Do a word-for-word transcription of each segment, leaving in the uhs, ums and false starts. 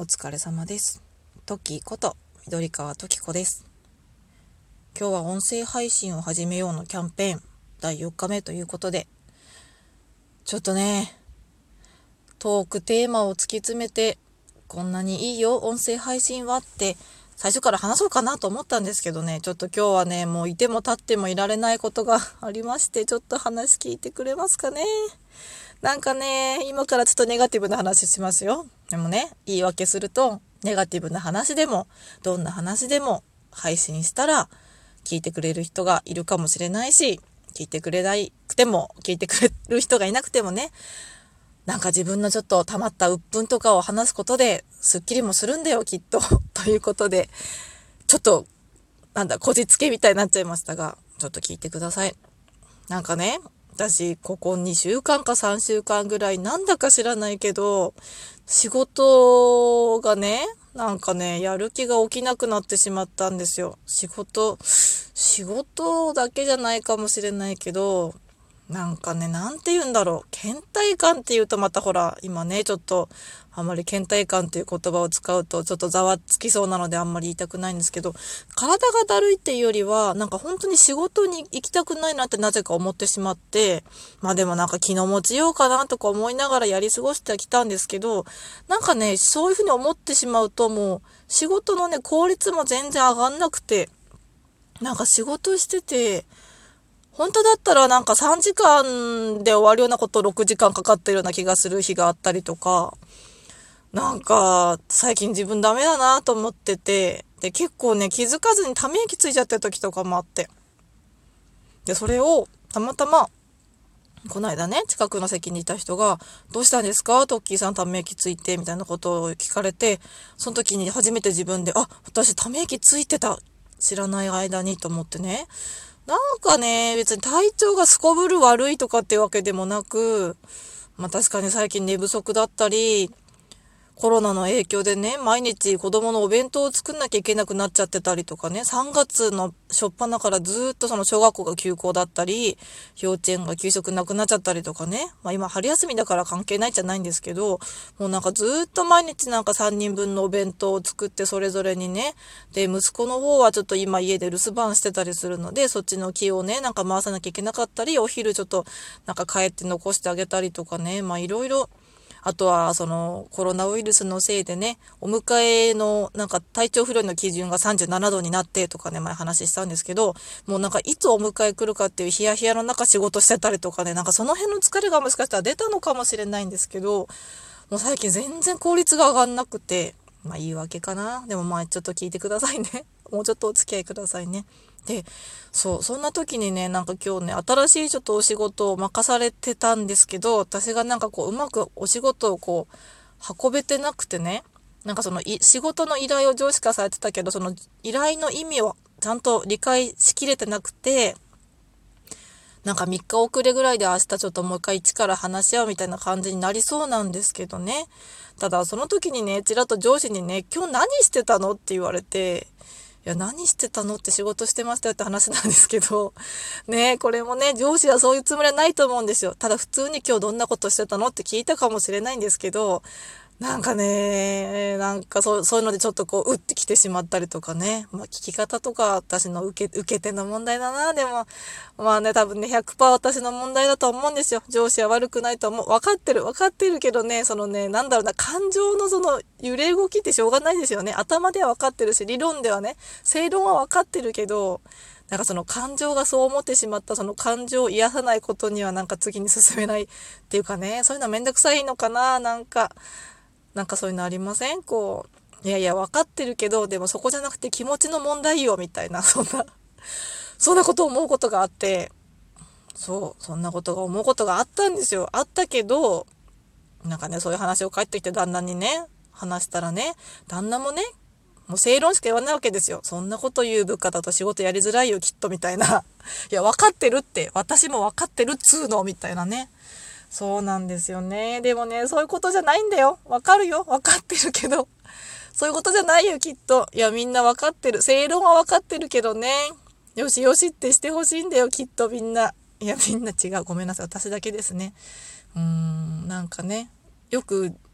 お疲れ様です。トキこと緑川トキ子です。今日は音声配信を始めようのキャンペーンだいよっかめということで、ちょっとね、トークテーマを突き詰めて、こんなにいいよ音声配信はって最初から話そうかなと思ったんですけどね、ちょっと今日はね、もういても立ってもいられないことがありまして、ちょっと話聞いてくれますかね。なんかね、今からちょっとネガティブな話しますよ。でもね、言い訳すると、ネガティブな話でも、どんな話でも配信したら、聞いてくれる人がいるかもしれないし、聞いてくれなくても、聞いてくれる人がいなくてもね、なんか自分のちょっと溜まった鬱憤とかを話すことで、スッキリもするんだよ、きっと。ということで、ちょっと、なんだ、こじつけみたいになっちゃいましたが、ちょっと聞いてください。なんかね、私、ここにしゅうかんかさんしゅうかんぐらい、なんだか知らないけど、仕事がね、なんかね、やる気が起きなくなってしまったんですよ。仕事、仕事だけじゃないかもしれないけど、なんかね、なんて言うんだろう。倦怠感って言うとまたほら、今ね、ちょっと、あんまり倦怠感っていう言葉を使うとちょっとざわつきそうなのであんまり言いたくないんですけど、体がだるいっていうよりは、なんか本当に仕事に行きたくないなってなぜか思ってしまって、まあでもなんか気の持ちようかなとか思いながらやり過ごしてきたんですけど、なんかね、そういうふうに思ってしまうともう、仕事のね、効率も全然上がんなくて、なんか仕事してて、本当だったらなんかさんじかんで終わるようなことろくじかんかかってるような気がする日があったりとか、なんか最近自分ダメだなと思ってて、で結構ね気づかずにため息ついちゃってる時とかもあって、でそれをたまたまこの間ね近くの席にいた人がどうしたんですかトッキーさんため息ついてみたいなことを聞かれて、その時に初めて自分であ私ため息ついてた、知らない間にと思ってね、なんかね、別に体調がすこぶる悪いとかっていうわけでもなく、まあ確かに最近寝不足だったり、コロナの影響でね、毎日子供のお弁当を作んなきゃいけなくなっちゃってたりとかね、さんがつの初っ端からずーっとその小学校が休校だったり、幼稚園が給食なくなっちゃったりとかね、まあ今春休みだから関係ないじゃないんですけど、もうなんかずーっと毎日なんかさんにんぶんのお弁当を作ってそれぞれにね、で、息子の方はちょっと今家で留守番してたりするので、そっちの気をね、なんか回さなきゃいけなかったり、お昼ちょっとなんか帰って残してあげたりとかね、まあいろいろ、あとは、その、コロナウイルスのせいでね、お迎えの、なんか体調不良の基準がさんじゅうななどになってとかね、前話したんですけど、もうなんかいつお迎え来るかっていうヒヤヒヤの中仕事してたりとかね、なんかその辺の疲れがもしかしたら出たのかもしれないんですけど、もう最近全然効率が上がんなくて、まあ言い訳かな。でもまあちょっと聞いてくださいね。もうちょっとお付き合いくださいね。で、そう、そんな時にね、なんか今日ね、新しいちょっとお仕事を任されてたんですけど、私がなんかこう、うまくお仕事をこう、運べてなくてね、なんかそのい、仕事の依頼を上司化されてたけど、その依頼の意味をちゃんと理解しきれてなくて、なんかみっか遅れぐらいで明日ちょっともう一回一から話し合うみたいな感じになりそうなんですけどね。ただその時にね、ちらっと上司にね、今日何してたのって言われて、いや、何してたのって仕事してましたよって話なんですけど、ね、これもね、上司はそういうつもりはないと思うんですよ。ただ普通に今日どんなことしてたのって聞いたかもしれないんですけど、なんかね、なんかそう、そういうのでちょっとこう、うってきてしまったりとかね。まあ、聞き方とか私の受け、受け手の問題だな。でも、まあね、多分ね、ひゃくパーセント私の問題だと思うんですよ。上司は悪くないと思う。分かってる、分かってるけどね、そのね、なんだろうな、感情のその揺れ動きってしょうがないですよね。頭では分かってるし、理論ではね、正論は分かってるけど、なんかその感情がそう思ってしまったその感情を癒さないことにはなんか次に進めないっていうかね、そういうのはめんどくさいのかな、なんか。なんかそういうのありません？こう、いやいや、分かってるけど、でもそこじゃなくて気持ちの問題よ、みたいな、そんな、そんなことを思うことがあって、そう、そんなことが思うことがあったんですよ。あったけど、なんかね、そういう話を帰ってきて旦那にね、話したらね、旦那もね、もう正論しか言わないわけですよ。そんなこと言う部下だと仕事やりづらいよ、きっと、みたいな。いや、分かってるって、私も分かってるっつーの、みたいなね。そうなんですよね。でもね、そういうことじゃないんだよ。わかるよ。わかってるけど。そういうことじゃないよ、きっと。いや、みんなわかってる。正論はわかってるけどね。よしよしってしてほしいんだよ、きっとみんな。いや、みんな違う。ごめんなさい。私だけですね。うーん、なんかね。よく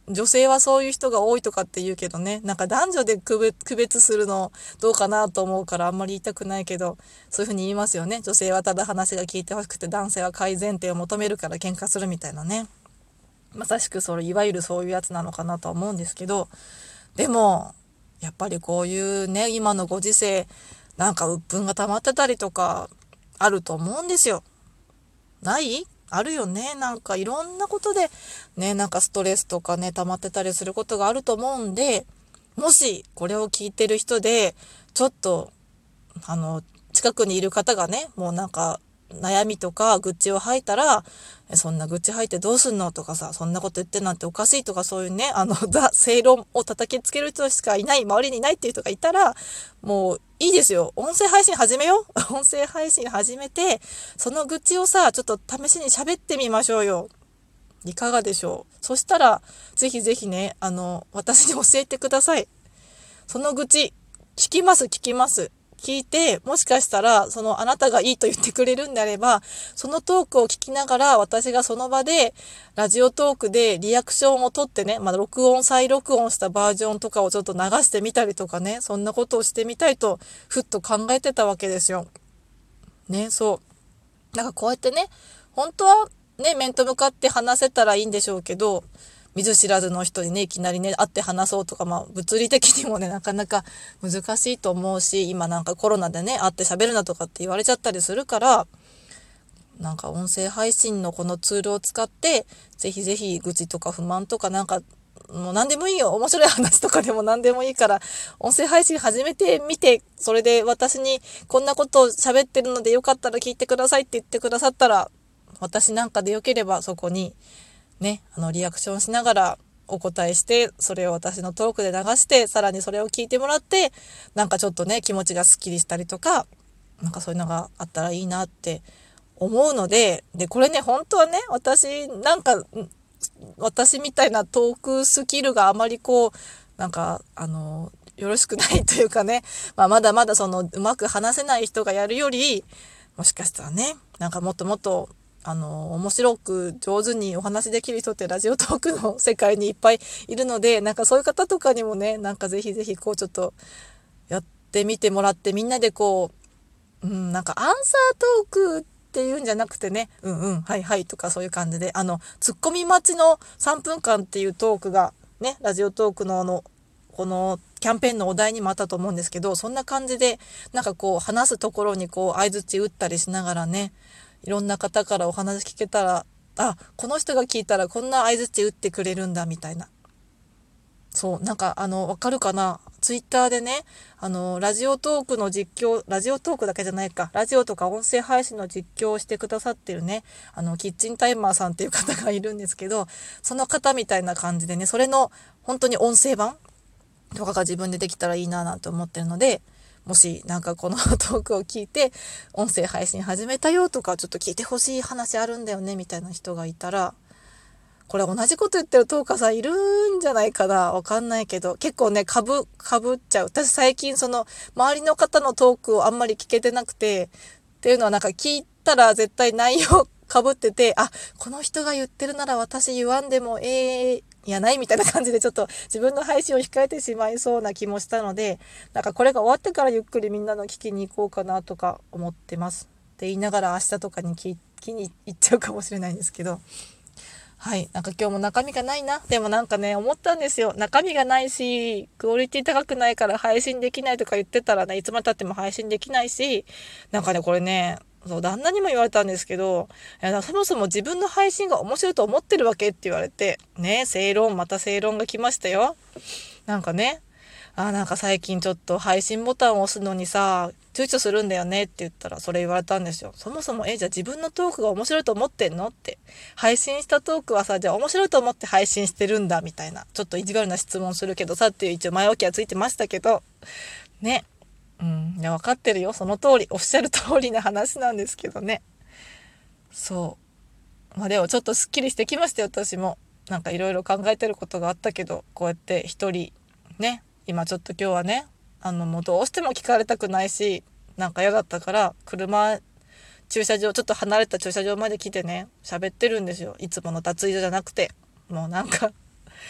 女性はそういう人が多いとかって言うけどね、なんか男女で区別、区別するのどうかなと思うからあんまり言いたくないけど、そういうふうに言いますよね。女性はただ話が聞いてほしくて、男性は改善点を求めるから喧嘩するみたいなね。まさしくそれ、いわゆるそういうやつなのかなとは思うんですけど、でもやっぱりこういうね、今のご時世、なんか鬱憤が溜まってたりとかあると思うんですよ。ないあるよね。なんかいろんなことでね、なんかストレスとかね、溜まってたりすることがあると思うんで、もしこれを聞いてる人で、ちょっと、あの、近くにいる方がね、もうなんか悩みとか愚痴を吐いたら、そんな愚痴吐いてどうすんのとかさ、そんなこと言ってなんておかしいとか、そういうね、あの、ザ・正論を叩きつける人しかいない、周りにいないっていう人がいたら、もういいですよ。音声配信始めよう。音声配信始めて、その愚痴をさ、ちょっと試しに喋ってみましょうよ。いかがでしょう。そしたら、ぜひぜひね、あの、私に教えてください。その愚痴、聞きます、聞きます。聞いて、もしかしたら、そのあなたがいいと言ってくれるんであれば、そのトークを聞きながら、私がその場で、ラジオトークでリアクションを取ってね、まあ、録音、再録音したバージョンとかをちょっと流してみたりとかね、そんなことをしてみたいと、ふっと考えてたわけですよ。ね、そう。なんかこうやってね、本当はね、面と向かって話せたらいいんでしょうけど、見ず知らずの人にね、いきなりね、会って話そうとか、まあ、物理的にもね、なかなか難しいと思うし、今なんかコロナでね、会って喋るなとかって言われちゃったりするから、なんか音声配信のこのツールを使って、ぜひぜひ愚痴とか不満とかなんか、もう何でもいいよ。面白い話とかでも何でもいいから、音声配信始めてみて、それで私にこんなことを喋ってるのでよかったら聞いてくださいって言ってくださったら、私なんかでよければそこにね、あのリアクションしながらお答えして、それを私のトークで流して、さらにそれを聞いてもらって、なんかちょっとね、気持ちがスッキリしたりとか、なんかそういうのがあったらいいなって思うので、で、これね、本当はね、私、なんか、私みたいなトークスキルがあまりこう、なんか、あの、よろしくないというかね、まあ、まだまだその、うまく話せない人がやるより、もしかしたらね、なんかもっともっと、あの、面白く上手にお話できる人ってラジオトークの世界にいっぱいいるので、なんかそういう方とかにもね、なんかぜひぜひこうちょっとやってみてもらって、みんなでこう、うん、なんかアンサートークっていうんじゃなくてね、うんうん、はいはいとかそういう感じで、あの、ツッコミ待ちのさんぷんかんっていうトークがね、ラジオトークのあの、このキャンペーンのお題にもあったと思うんですけど、そんな感じで、なんかこう話すところにこう相槌打ったりしながらね、いろんな方からお話聞けたら、あ、この人が聞いたらこんな相槌打ってくれるんだみたいな。そう、なんかあの、わかるかな？ツイッターでね、あの、ラジオトークの実況、ラジオトークだけじゃないか、ラジオとか音声配信の実況をしてくださってるね、あの、キッチンタイマーさんっていう方がいるんですけど、その方みたいな感じでね、それの本当に音声版とかが自分でできたらいいななんて思ってるので、もしなんかこのトークを聞いて音声配信始めたよとか、ちょっと聞いてほしい話あるんだよねみたいな人がいたら、これ同じこと言ってるトーカーさんいるんじゃないかな、わかんないけど、結構ね、かぶ、かぶっちゃう。私最近その周りの方のトークをあんまり聞けてなくて、っていうのはなんか聞いたら絶対内容かぶってて、あ、この人が言ってるなら私言わんでもええやないみたいな感じで、ちょっと自分の配信を控えてしまいそうな気もしたので、なんかこれが終わってからゆっくりみんなの聞きに行こうかなとか思ってます。って言いながら明日とかに聞きに行っちゃうかもしれないんですけど、はい。なんか今日も中身がないな。でもなんかね、思ったんですよ。中身がないし、クオリティ高くないから配信できないとか言ってたらね、いつまで経っても配信できないし、なんかね、これね、そう、旦那にも言われたんですけど、いや、そもそも自分の配信が面白いと思ってるわけって言われて、ね、正論、また正論が来ましたよ。なんかね、あ、なんか最近ちょっと配信ボタンを押すのにさ、躊躇するんだよねって言ったら、それ言われたんですよ。そもそも、え、じゃあ自分のトークが面白いと思ってんのって。配信したトークはさ、じゃあ面白いと思って配信してるんだみたいな。ちょっと意地悪な質問するけどさっていう一応前置きはついてましたけど、ね。うん、いや、分かってるよ。その通り、おっしゃる通りな話なんですけどね。そう。まあでもちょっとすっきりしてきましたよ、私も。なんかいろいろ考えてることがあったけど、こうやって一人、ね、今ちょっと今日はね、あのもうどうしても聞かれたくないし、なんか嫌だったから車駐車場ちょっと離れた駐車場まで来てね喋ってるんですよ。いつもの脱衣所じゃなくて、もうなんか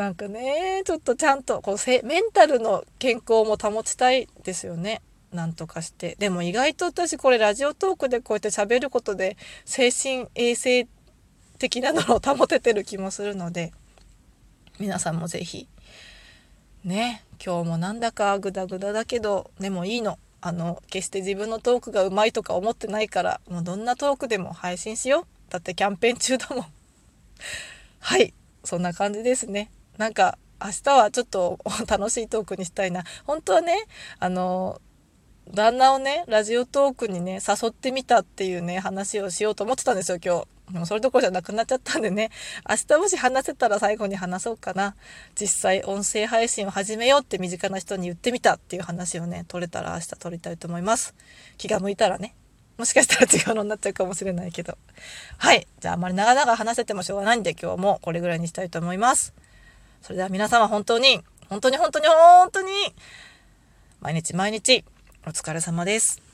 なんかね、ちょっとちゃんとこうせメンタルの健康も保ちたいですよね。なんとかして。でも意外と私これラジオトークでこうやって喋ることで精神衛生的なのを保ててる気もするので、皆さんもぜひね、今日もなんだかグダグダだけどでもいいの。あの決して自分のトークがうまいとか思ってないから、もうどんなトークでも配信しよう。だってキャンペーン中だもん。はい、そんな感じですね。なんか明日はちょっと楽しいトークにしたいな。本当はね、あの旦那をねラジオトークにね誘ってみたっていうね話をしようと思ってたんですよ今日。でもそれどころじゃなくなっちゃったんでね、明日もし話せたら最後に話そうかな。実際音声配信を始めようって身近な人に言ってみたっていう話をね取れたら明日取りたいと思います。気が向いたらね、もしかしたら違うのになっちゃうかもしれないけど、はい、じゃああまり長々話せてもしょうがないんで今日もこれぐらいにしたいと思います。それでは皆様本当に本当に本当に本当に毎日毎日お疲れ様です。